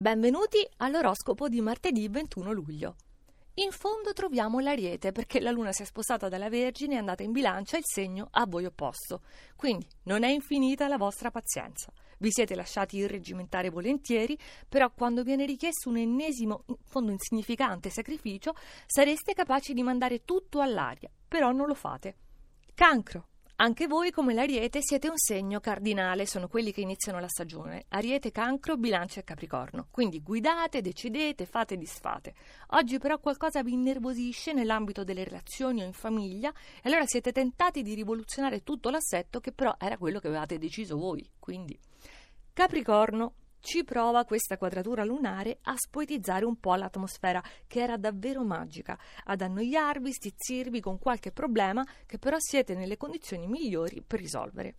Benvenuti all'oroscopo di martedì 21 luglio. In fondo troviamo l'Ariete perché la Luna si è spostata dalla Vergine e è andata in Bilancia, il segno a voi opposto. Quindi non è infinita la vostra pazienza. Vi siete lasciati irreggimentare volentieri, però quando viene richiesto un ennesimo, in fondo insignificante sacrificio, sareste capaci di mandare tutto all'aria, però non lo fate. Cancro. Anche voi, come l'Ariete, siete un segno cardinale, sono quelli che iniziano la stagione. Ariete, Cancro, Bilancia e Capricorno. Quindi guidate, decidete, fate e disfate. Oggi però qualcosa vi innervosisce nell'ambito delle relazioni o in famiglia e allora siete tentati di rivoluzionare tutto l'assetto che però era quello che avevate deciso voi. Quindi Capricorno. Ci prova questa quadratura lunare a spoetizzare un po' l'atmosfera, che era davvero magica, ad annoiarvi, stizzirvi con qualche problema che però siete nelle condizioni migliori per risolvere.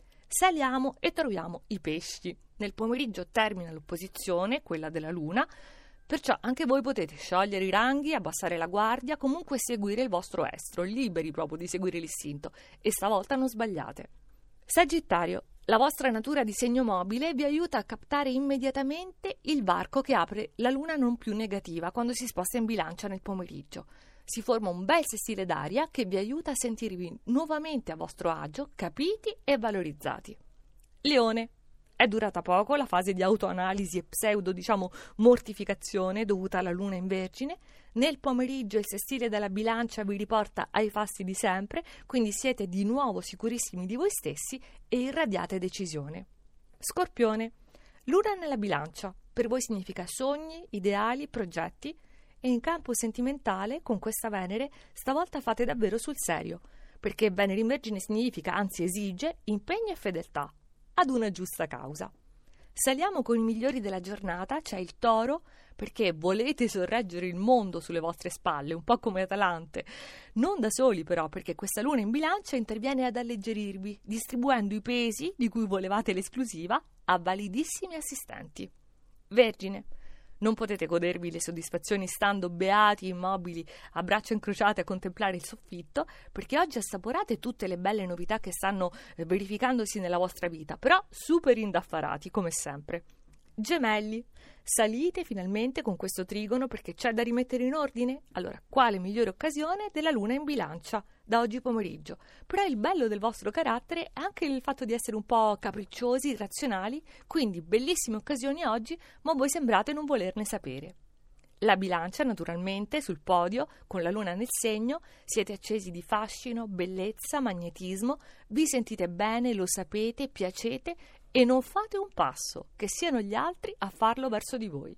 Saliamo e troviamo i pesci. Nel pomeriggio termina l'opposizione, quella della Luna, perciò anche voi potete sciogliere i ranghi, abbassare la guardia, comunque seguire il vostro estro, liberi proprio di seguire l'istinto, e stavolta non sbagliate. Sagittario. La vostra natura di segno mobile vi aiuta a captare immediatamente il varco che apre la luna non più negativa quando si sposta in Bilancia nel pomeriggio. Si forma un bel sestile d'aria che vi aiuta a sentirvi nuovamente a vostro agio, capiti e valorizzati. Leone. È durata poco la fase di autoanalisi e pseudo, mortificazione dovuta alla luna in Vergine. Nel pomeriggio il sestile della Bilancia vi riporta ai fasti di sempre, quindi siete di nuovo sicurissimi di voi stessi e irradiate decisione. Scorpione. Luna nella Bilancia. Per voi significa sogni, ideali, progetti e in campo sentimentale, con questa Venere, stavolta fate davvero sul serio, perché Venere in Vergine significa, anzi esige, impegno e fedeltà ad una giusta causa. Saliamo con i migliori della giornata, c'è il Toro, perché volete sorreggere il mondo sulle vostre spalle, un po' come Atalante. Non da soli però, perché questa luna in Bilancia interviene ad alleggerirvi, distribuendo i pesi di cui volevate l'esclusiva a validissimi assistenti. Vergine. Non potete godervi le soddisfazioni stando beati, immobili, a braccia incrociate a contemplare il soffitto, perché oggi assaporate tutte le belle novità che stanno verificandosi nella vostra vita, però super indaffarati, come sempre. Gemelli. Salite finalmente con questo trigono perché c'è da rimettere in ordine? Allora, quale migliore occasione della luna in Bilancia da oggi pomeriggio? Però il bello del vostro carattere è anche il fatto di essere un po' capricciosi, razionali, quindi bellissime occasioni oggi, ma voi sembrate non volerne sapere. La Bilancia, naturalmente, sul podio, con la luna nel segno, siete accesi di fascino, bellezza, magnetismo, vi sentite bene, lo sapete, piacete e non fate un passo, che siano gli altri a farlo verso di voi.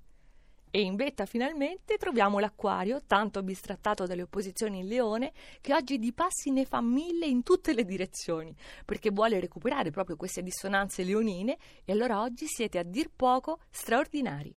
E in vetta finalmente troviamo l'Acquario, tanto bistrattato dalle opposizioni in Leone, che oggi di passi ne fa 1000 in tutte le direzioni, perché vuole recuperare proprio queste dissonanze leonine e allora oggi siete a dir poco straordinari.